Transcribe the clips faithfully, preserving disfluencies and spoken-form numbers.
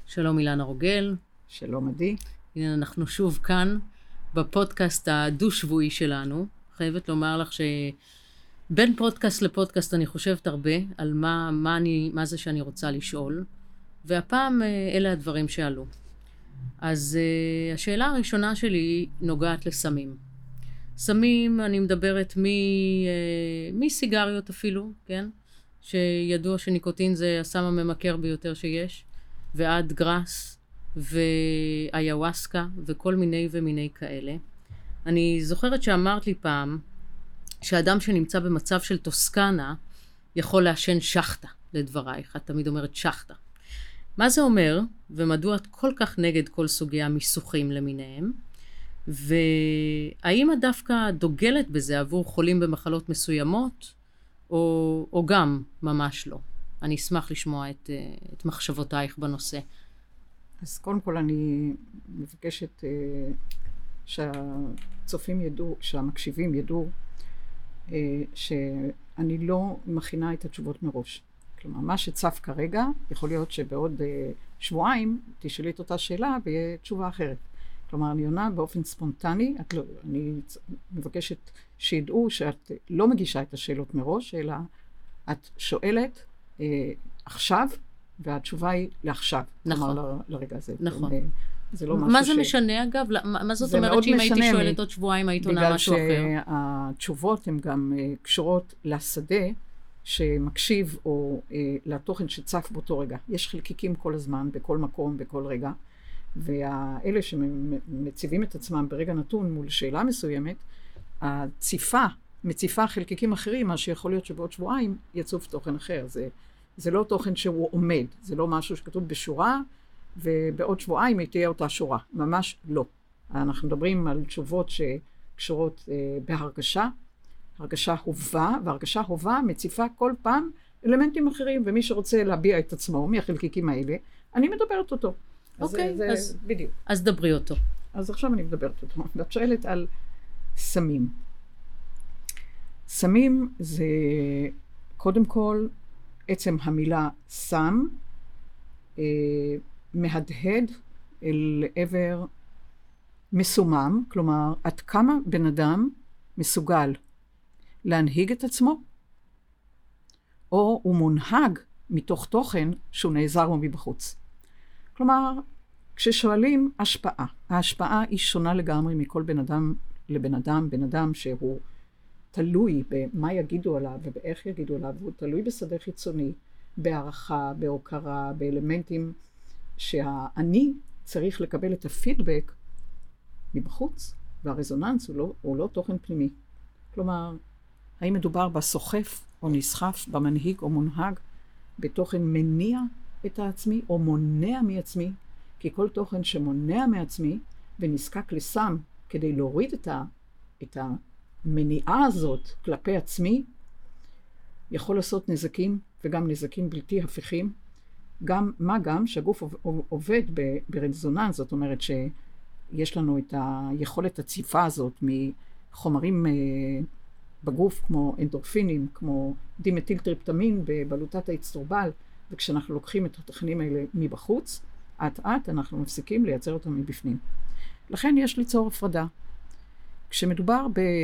שלום אילנה רוגל. שלום עדי. הנה אנחנו שוב כאן בפודקאסט הדו-שבועי שלנו. חייבת לומר לך שבין פודקאסט לפודקאסט אני חושבת הרבה על מה, מה, אני, מה זה שאני רוצה לשאול, והפעם אלה הדברים שעלו. אז uh, השאלה הראשונה שלי נוגעת לסמים. סמים, אני מדברת מ, uh, מסיגריות אפילו, כן? שידוע שניקוטין זה הסם הממכר ביותר שיש, ועד גראס ואיוואסקה וכל מיני ומיני כאלה. אני זוכרת שאמרת לי פעם שאדם שנמצא במצב של טוסקנה יכול לעשן שחטה, לדברייך. את תמיד אומרת שחטה. מה זה אומר, ומדוע את כל כך נגד כל סוגי המיסוכים למיניהם, והאם את דווקא דוגלת בזה עבור חולים במחלות מסוימות, או, או גם ממש לא? אני אשמח לשמוע את, את מחשבותייך בנושא. אז קודם כל אני מבקשת שהצופים ידעו, שהמקשיבים ידעו, שאני לא מכינה את התשובות מראש. כלומר, מה שצף כרגע, יכול להיות שבעוד שבועיים תשאלי את אותה שאלה ויהיה תשובה אחרת. כלומר, אני עונה באופן ספונטני, את לא, אני מבקשת שידעו שאת לא מגישה את השאלות מראש, אלא את שואלת אה, עכשיו, והתשובה היא לעכשיו. נכון. כלומר, ל, לרגע הזה. נכון. זה לא מה זה ש... משנה אגב? מה, מה זאת אומרת שאם הייתי שואלת מ... עוד שבועיים היית עונה משהו אחר? בגלל שהתשובות הן גם uh, קשורות לשדה שמקשיב או uh, לתוכן שצף באותו רגע. יש חלקיקים כל הזמן, בכל מקום, בכל רגע. והאלה שמציבים את עצמם ברגע נתון מול שאלה מסוימת, הציפה, מציפה חלקיקים אחרים, מה שיכול להיות שבעוד שבועיים יצוף תוכן אחר. זה, זה לא תוכן שהוא עומד, זה לא משהו שכתוב בשורה, ובעוד שבועיים תהיה אותה שורה. ממש לא. אנחנו מדברים על תשובות שקשורות אה, בהרגשה, הרגשה הובה, והרגשה הובה מציפה כל פעם אלמנטים אחרים, ומי שרוצה להביע את עצמו מהחלקיקים האלה, אני מדברת אותו. אוקיי, אז, זה, אז, בדיוק. אז דברי אותו. אז עכשיו אני מדברת אותו. ואת שואלת על סמים. סמים זה קודם כל עצם המילה סם, אה, מהדהד אל עבר מסומם, כלומר עד כמה בן אדם מסוגל להנהיג את עצמו, או הוא מונהג מתוך תוכן שהוא נעזר בו מבחוץ. כלומר, כששואלים השפעה, ההשפעה היא שונה לגמרי מכל בן אדם לבן אדם, בן אדם שהוא תלוי במה יגידו עליו ובאיך יגידו עליו, הוא תלוי בשדה חיצוני, בהערכה, בהוקרה, באלמנטים שהאני צריך לקבל את הפידבק מבחוץ, והרזוננס הוא לא, הוא לא תוכן פנימי. כלומר, האם מדובר בסוחף או נסחף, במנהיג או מונהג, בתוכן מניע את העצמי או מונע מעצמי, כי כל תוכן שמונע מעצמי ונזקק לסם כדי להוריד את, ה, את המניעה הזאת כלפי עצמי, יכול לעשות נזקים וגם נזקים בלתי הפיכים, גם מה גם שהגוף עובד ברזוננס, זאת אומרת שיש לנו את היכולת הציפה הזאת מחומרים בגוף כמו אנדורפינים, כמו דימתיל טריפטמין בבלוטת האצטרובל, וכשאנחנו לוקחים את התכנים האלה מבחוץ, עט עט אנחנו מפסיקים לייצר אותם מבפנים. לכן יש ליצור הפרדה. כשמדובר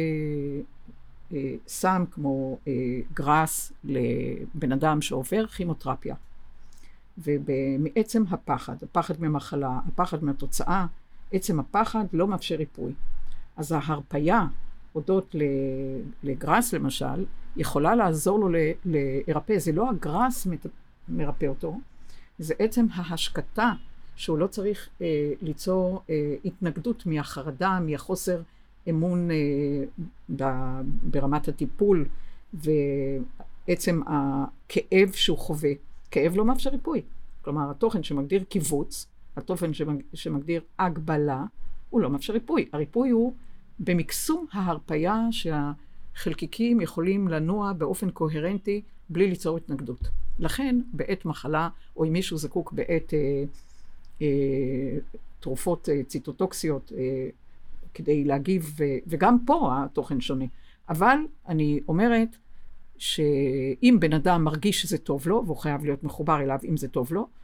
בסם כמו גראס לבן אדם שעובר כימותרפיה, ומעצם הפחד, הפחד ממחלה, הפחד מהתוצאה, עצם הפחד לא מאפשר ריפוי. אז ההרפיה, הודות לגראס למשל, יכולה לעזור לו להירפא. זה לא הגראס מרפא אותו, זה עצם ההשקטה שהוא לא צריך אה, ליצור אה, התנגדות מהחרדה, מהחוסר אמון אה, ב, ברמת הטיפול, ועצם הכאב שהוא חווה. כאב לא מאפשר ריפוי. כלומר, התוכן שמגדיר קיבוץ, התוכן שמגדיר הגבלה, הוא לא מאפשר ריפוי. הריפוי הוא במקסום ההרפיה שהחלקיקים יכולים לנוע באופן קוהרנטי בלי ליצור התנגדות. לכן, בעת מחלה, או אם מישהו זקוק בעת אה, אה, תרופות אה, ציטוטוקסיות, אה, כדי להגיב, ו, וגם פה התוכן שונה. אבל אני אומרת שאם בן אדם מרגיש שזה טוב לו, והוא חייב להיות מחובר אליו אם זה טוב לו,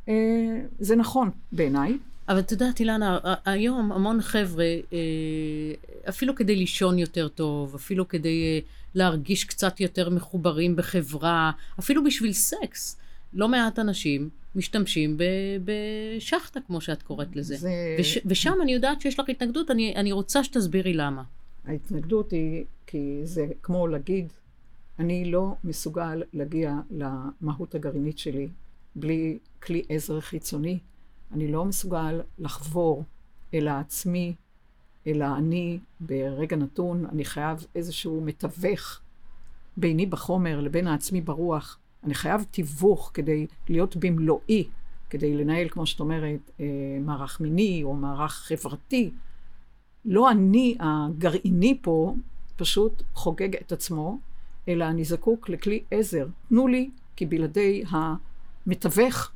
זה נכון בעיניי. אבל את יודעת, אילנה, היום המון חבר'ה, אפילו כדי לישון יותר טוב, אפילו כדי להרגיש קצת יותר מחוברים בחברה, אפילו בשביל סקס, לא מעט אנשים משתמשים בשחטה, כמו שאת קוראת לזה. זה... וש, ושם אני יודעת שיש לך התנגדות, אני, אני רוצה שתסבירי למה. ההתנגדות היא, כי זה כמו להגיד, אני לא מסוגל להגיע למהות הגרעינית שלי, בלי כלי עזר חיצוני. אני לא מסוגל לחבור אל העצמי, אל האני ברגע נתון. אני חייב איזשהו מתווך ביני בחומר לבין העצמי ברוח. אני חייב תיווך כדי להיות במלואי, כדי לנהל, כמו שאת אומרת, מערך מיני או מערך חברתי. לא אני הגרעיני פה פשוט חוגג את עצמו, אלא אני זקוק לכלי עזר. תנו לי, כי בלעדי המתווך,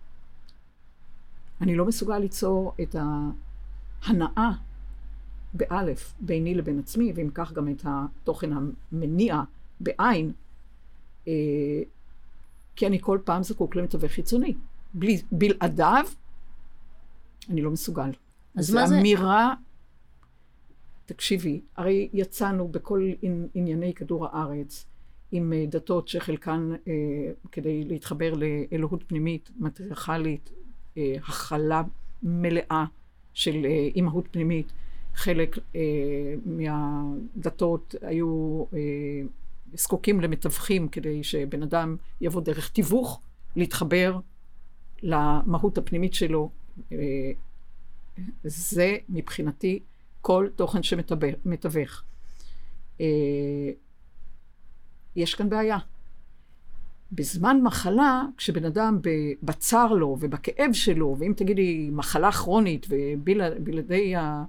אני לא מסוגל ליצור את ההנאה באלף, ביני לבין עצמי, ואם כך גם את התוכן המניע בעין, כי אני כל פעם זקוק למתווך חיצוני. בלי, בלעדיו, אני לא מסוגל. אז מה זה? אמירה, תקשיבי, הרי יצאנו בכל ענייני כדור הארץ, עם דתות שחלקן, אה, כדי להתחבר לאלוהות פנימית, מטריארכלית, אה, הכלה מלאה של אה, אימהות פנימית. חלק אה, מהדתות היו אה, זקוקים למתווכים, כדי שבן אדם יבוא דרך תיווך, להתחבר למהות הפנימית שלו. אה, זה מבחינתי כל תוכן שמתווך. אה, יש כאן בעיה. בזמן מחלה, כשבן אדם בצר לו ובכאב שלו, ואם תגידי מחלה כרונית ובלעדי ה,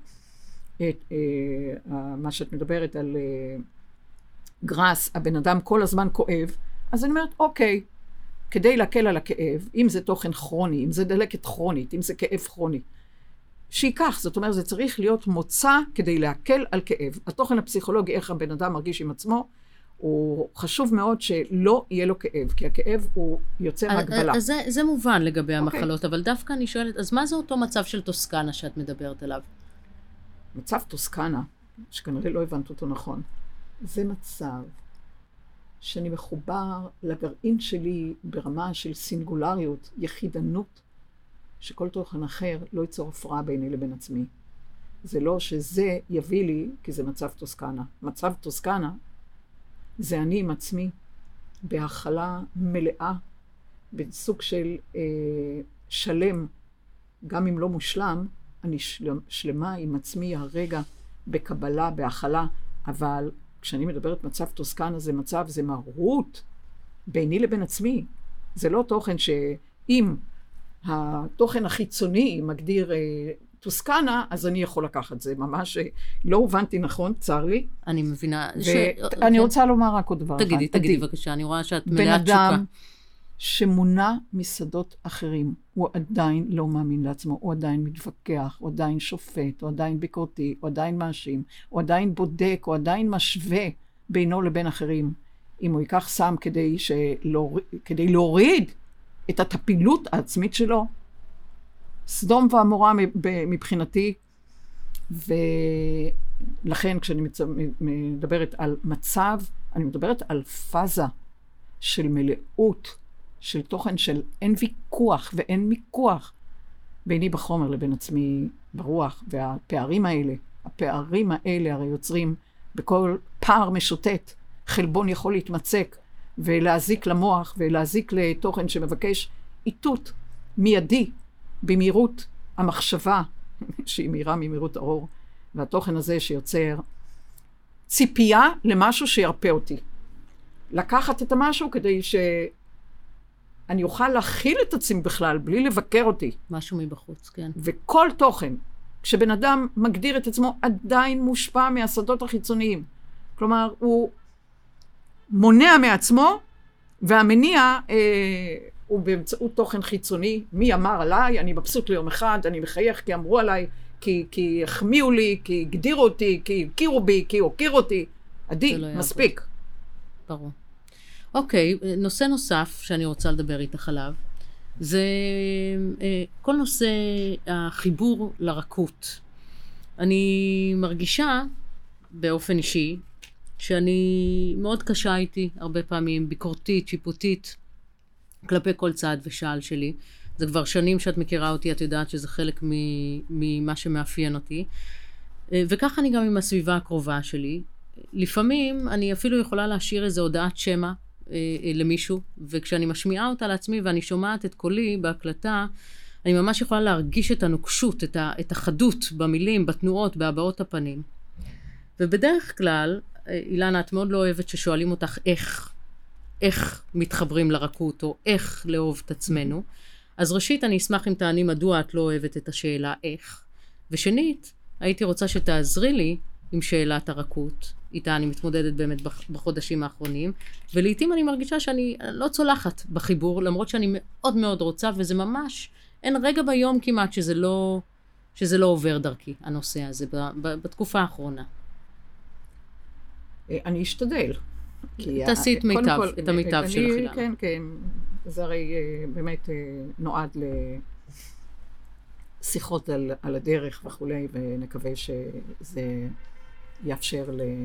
מה שאת מדברת על גרס, הבן אדם כל הזמן כואב, אז אני אומרת, אוקיי, כדי להקל על הכאב, אם זה תוכן כרוני, אם זה דלקת כרונית, אם זה כאב כרוני, שיקח, זאת אומרת, זה צריך להיות מוצא כדי להקל על כאב. התוכן הפסיכולוגי, איך הבן אדם מרגיש עם עצמו, הוא חשוב מאוד שלא יהיה לו כאב, כי הכאב הוא יוצר הגבלה. אז זה, זה מובן לגבי המחלות, okay. אבל דווקא אני שואלת, אז מה זה אותו מצב של טוסקנה שאת מדברת עליו? מצב טוסקנה, שכנראה לא הבנת אותו נכון, זה מצב שאני מחובר לגרעין שלי ברמה של סינגולריות, יחידנות, שכל תוכן אחר לא ייצור הפרעה ביני לבין עצמי. זה לא שזה יביא לי, כי זה מצב טוסקנה. מצב טוסקנה, זה אני עם עצמי, בהכלה מלאה, בסוג של אה, שלם, גם אם לא מושלם, אני שלמה, שלמה עם עצמי הרגע בקבלה, בהכלה, אבל כשאני מדברת מצב טוסקנה, זה מצב, זה מהות ביני לבין עצמי. זה לא תוכן שאם התוכן החיצוני מגדיר אה, טוסקנה, אז אני יכול לקחת. זה ממש לא הובנתי נכון, צר לי. אני מבינה. ואני ש... רוצה לומר רק עוד דבר אחד. תגידי, תגידי בבקשה, אני רואה שאת מלאה תשוקה. בן אדם שמונע משדות אחרים, הוא עדיין לא מאמין לעצמו, הוא עדיין מתווכח, הוא עדיין שופט, הוא עדיין ביקורתי, הוא עדיין מאשים, הוא עדיין בודק, הוא עדיין משווה בינו לבין אחרים. אם הוא ייקח סם כדי, שלא... כדי להוריד את הטפילות העצמית שלו, סדום ועמורה מבחינתי, ולכן כשאני מדברת על מצב, אני מדברת על פאזה של מלאות, של תוכן של אין ויכוח ואין מיקוח ביני בחומר לבין עצמי ברוח, והפערים האלה, הפערים האלה הרי יוצרים בכל פער משוטט, חלבון יכול להתמצק ולהזיק למוח ולהזיק לתוכן שמבקש איתות מיידי במהירות המחשבה, שהיא מהירה ממהירות האור, והתוכן הזה שיוצר ציפייה למשהו שירפא אותי. לקחת את המשהו כדי שאני אוכל להכיל את עצמי בכלל, בלי לבקר אותי. משהו מבחוץ, כן. וכל תוכן, כשבן אדם מגדיר את עצמו, עדיין מושפע מהשדות החיצוניים. כלומר, הוא מונע מעצמו, והמניע אה, הוא באמצעות תוכן חיצוני. מי אמר עליי? אני מבסוט ליום אחד, אני מחייך כי אמרו עליי, כי, כי החמיאו לי, כי הגדירו אותי, כי הכירו בי, כי הוקיר אותי. עדי, לא מספיק. ברור. אוקיי, נושא נוסף שאני רוצה לדבר איתך עליו, זה כל נושא החיבור לרכות. אני מרגישה באופן אישי שאני מאוד קשה איתי הרבה פעמים, ביקורתית, שיפוטית, כלפי כל צעד ושעל שלי. זה כבר שנים שאת מכירה אותי, את יודעת שזה חלק ממה שמאפיין אותי. וכך אני גם עם הסביבה הקרובה שלי. לפעמים אני אפילו יכולה להשאיר איזו הודעת שמה למישהו, וכשאני משמיעה אותה לעצמי ואני שומעת את קולי בהקלטה, אני ממש יכולה להרגיש את הנוקשות, את, ה, את החדות במילים, בתנועות, בהבעות הפנים. ובדרך כלל, אילנה, את מאוד לא אוהבת ששואלים אותך איך, איך מתחברים לרכות, או איך לאהוב את עצמנו. אז ראשית, אני אשמח אם תעני מדוע את לא אוהבת את השאלה איך. ושנית, הייתי רוצה שתעזרי לי עם שאלת הרכות. איתה אני מתמודדת באמת בחודשים האחרונים, ולעיתים אני מרגישה שאני לא צולחת בחיבור, למרות שאני מאוד מאוד רוצה, וזה ממש, אין רגע ביום כמעט שזה לא, שזה לא עובר דרכי, הנושא הזה, בתקופה האחרונה. אני אשתדל. תעשי את מיטב, את המיטב של אילנה. כן, כן. זה הרי באמת נועד לשיחות על, על הדרך וכולי, ונקווה שזה יאפשר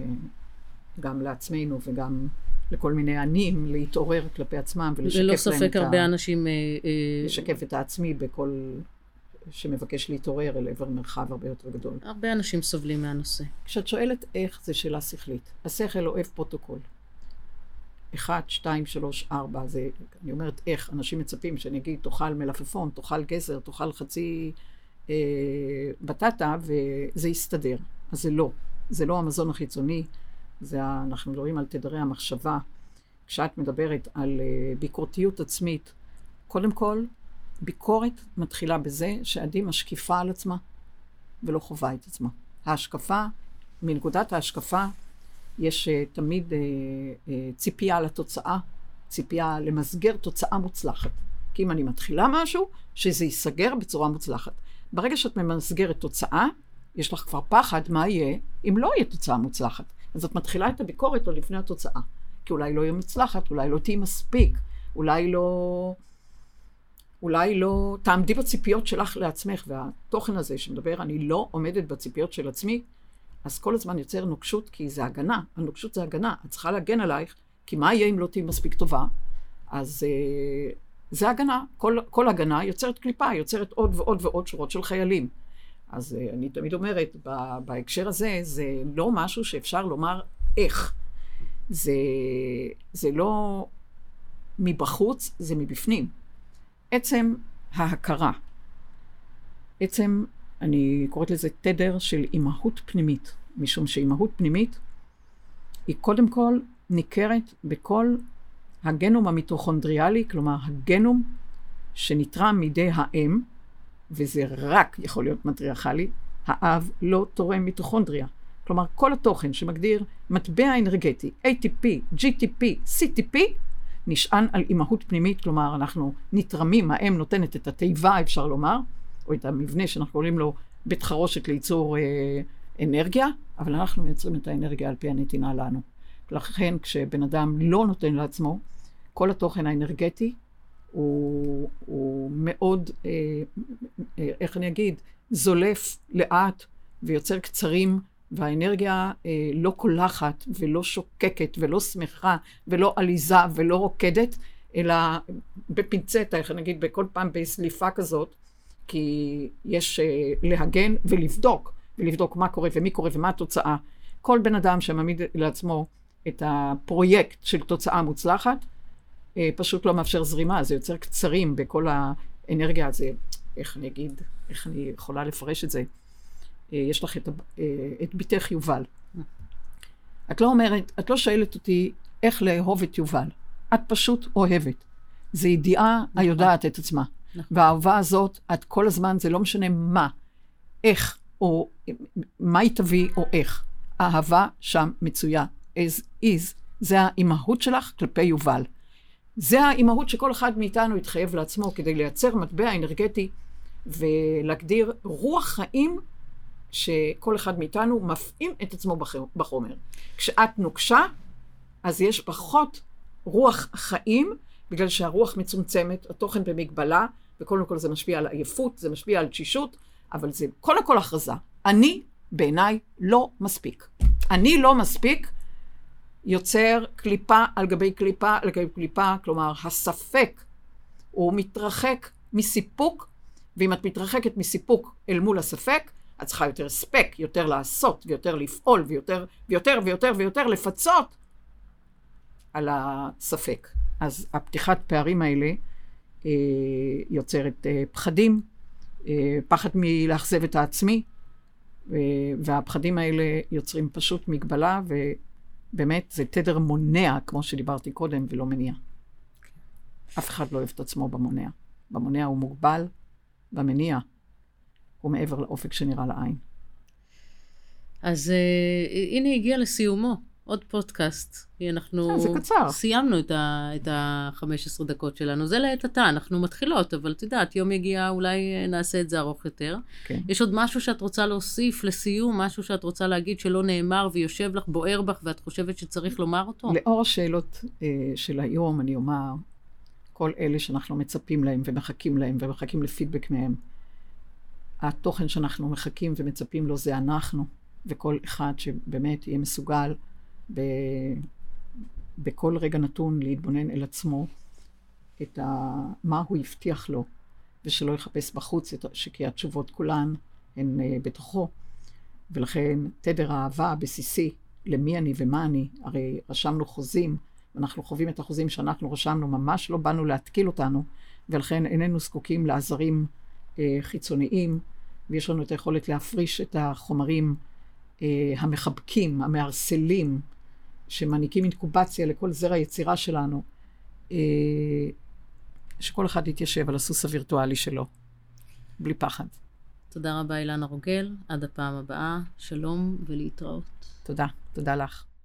גם לעצמנו וגם לכל מיני עניים להתעורר כלפי עצמם ולשקף להם ללא ספק הרבה אנשים לשקף את העצמי בכל שמבקש להתעורר אל עבר מרחב הרבה יותר גדול. הרבה אנשים סובלים מהנושא. כשאת שואלת איך, זה שאלה שכלית. השכל אוהב פרוטוקול. אחד, שתיים, שלוש, ארבע, זה, אני אומרת איך, אנשים מצפים שאני אגיד, תאכל מלפפון, תאכל גזר, תאכל חצי אה, בטטה, וזה יסתדר. אז זה לא. זה לא המזון החיצוני, זה, אנחנו מדברים על תדרי המחשבה. כשאת מדברת על אה, ביקורתיות עצמית, קודם כל, ביקורת מתחילה בזה שעדי משקיפה על עצמה, ולא חובה את עצמה. ההשקפה, מנקודת ההשקפה, יש uh, תמיד uh, uh, ציפייה לתוצאה, ציפייה למסגר תוצאה מוצלחת. כי אם אני מתחילה משהו, שזה ייסגר בצורה מוצלחת. ברגע שאת ממסגרת תוצאה, יש לך כבר פחד מה יהיה אם לא יהיה תוצאה מוצלחת. אז את מתחילה את הביקורת עוד לפני התוצאה. כי אולי לא יהיה מוצלחת, אולי לא תהיה מספיק, אולי לא... אולי לא... תעמדי בציפיות שלך לעצמך, והתוכן הזה שמדבר, אני לא עומדת בציפיות של עצמי, אז כל הזמן יוצר נוקשות, כי זה הגנה. הנוקשות זה הגנה. את צריכה להגן עלייך, כי מה יהיה אם לא תהיה מספיק טובה? אז אה, זה הגנה. כל, כל הגנה יוצרת קליפה, יוצרת עוד ועוד ועוד שורות של חיילים. אז אה, אני תמיד אומרת, ב, בהקשר הזה, זה לא משהו שאפשר לומר איך. זה, זה לא מבחוץ, זה מבפנים. עצם ההכרה. עצם... אני קוראת לזה תדר של אימהות פנימית, משום שאימהות פנימית היא קודם כל ניכרת בכל הגנום המיטוכונדריאלי, כלומר הגנום שנתרם מידי האם, וזה רק יכול להיות מטריארכלי, האב לא תורם מיטוכונדריה. כלומר כל התוכן שמגדיר מטבע אנרגטי, איי טי פי, ג'י טי פי, סי טי פי, נשען על אימהות פנימית, כלומר אנחנו נתרמים, האם נותנת את התיבה אפשר לומר, או את המבנה שאנחנו קוראים לו בית חרושת לייצור אה, אנרגיה, אבל אנחנו מייצרים את האנרגיה על פי הנתינה לנו. לכן כשבן אדם לא נותן לעצמו, כל התוכן האנרגטי הוא, הוא מאוד, אה, אה, איך אני אגיד, זולף לאט ויוצר קצרים, והאנרגיה אה, לא קולחת ולא שוקקת ולא שמחה ולא עליזה ולא רוקדת, אלא בפינצטה, איך אני אגיד, בכל פעם בסליפה כזאת, כי יש uh, להגן ולבדוק, ולבדוק מה קורה ומי קורה ומה התוצאה. כל בן אדם שמעמיד לעצמו את הפרויקט של תוצאה מוצלחת, uh, פשוט לא מאפשר זרימה, זה יוצר קצרים בכל האנרגיה הזה. איך אני אגיד, איך אני יכולה לפרש את זה? Uh, יש לך את, uh, את ביתך יובל. את לא אומרת, את לא שואלת אותי איך לאהוב את יובל. את פשוט אוהבת. זו ידיעה היודעת את עצמה. והאהבה הזאת, את כל הזמן, זה לא משנה מה, איך, או מה היא תביא, או איך. האהבה שם מצויה, as is. זה האימהות שלך כלפי יובל. זה האימהות שכל אחד מאיתנו יתחייב לעצמו, כדי לייצר מטבע אנרגטי, ולהגדיר רוח חיים, שכל אחד מאיתנו מפעים את עצמו בחומר. כשאת נוקשה, אז יש פחות רוח חיים, בגלל שהרוח מצומצמת, התוכן במגבלה, וקודם כל זה משפיע על עייפות, זה משפיע על תשישות, אבל זה קודם כל הכרזה. אני, בעיניי, לא מספיק. אני לא מספיק יוצר קליפה על גבי קליפה על גבי קליפה, כלומר, הספק הוא מתרחק מסיפוק, ואם את מתרחקת מסיפוק אל מול הספק, את צריכה יותר ספק, יותר לעשות, ויותר לפעול, ויותר ויותר ויותר ויותר לפצות על הספק. אז הפתיחת פערים האלה אה, יוצרת אה, פחדים, אה, פחד מלאכזב את העצמי, אה, והפחדים האלה יוצרים פשוט מגבלה, ובאמת זה תדר מונע, כמו שדיברתי קודם, ולא מניע. אף אחד לא אוהב את עצמו במונע. במונע הוא מוגבל, במניע הוא מעבר לאופק שנראה לעין. אז uh, הנה הגיע לסיומו, עוד פודקאסט. אנחנו זה קצר. סיימנו את ה-חמש עשרה דקות שלנו. זה לעת עתה, אנחנו מתחילות, אבל את יודעת, יום יגיע, אולי נעשה את זה ארוך יותר. כן. יש עוד משהו שאת רוצה להוסיף לסיום, משהו שאת רוצה להגיד שלא נאמר ויושב לך, בוער בך, ואת חושבת שצריך לומר אותו? לאור השאלות uh, של היום, אני אומר, כל אלה שאנחנו מצפים להם ומחכים להם ומחכים לפידבק מהם, התוכן שאנחנו מחכים ומצפים לו זה אנחנו, וכל אחד שבאמת יהיה מסוגל ב... בכל רגע נתון להתבונן אל עצמו את ה... מה הוא הבטיח לו, ושלא יחפש בחוץ, את... שכי התשובות כולן הן uh, בתוכו. ולכן תדר האהבה הבסיסי למי אני ומה אני, הרי רשמנו חוזים, ואנחנו חווים את החוזים שאנחנו רשמנו, ממש לא באנו להתקיל אותנו, ולכן איננו זקוקים לעזרים אה, חיצוניים, ויש לנו את היכולת להפריש את החומרים אה, המחבקים, המארסלים, שמעניקים אינקובציה לכל זרע היצירה שלנו, אה, שכל אחד יתיישב על הסוס הווירטואלי שלו, בלי פחד. תודה רבה אילנה רוגל, עד הפעם הבאה, שלום ולהתראות. תודה, תודה לך.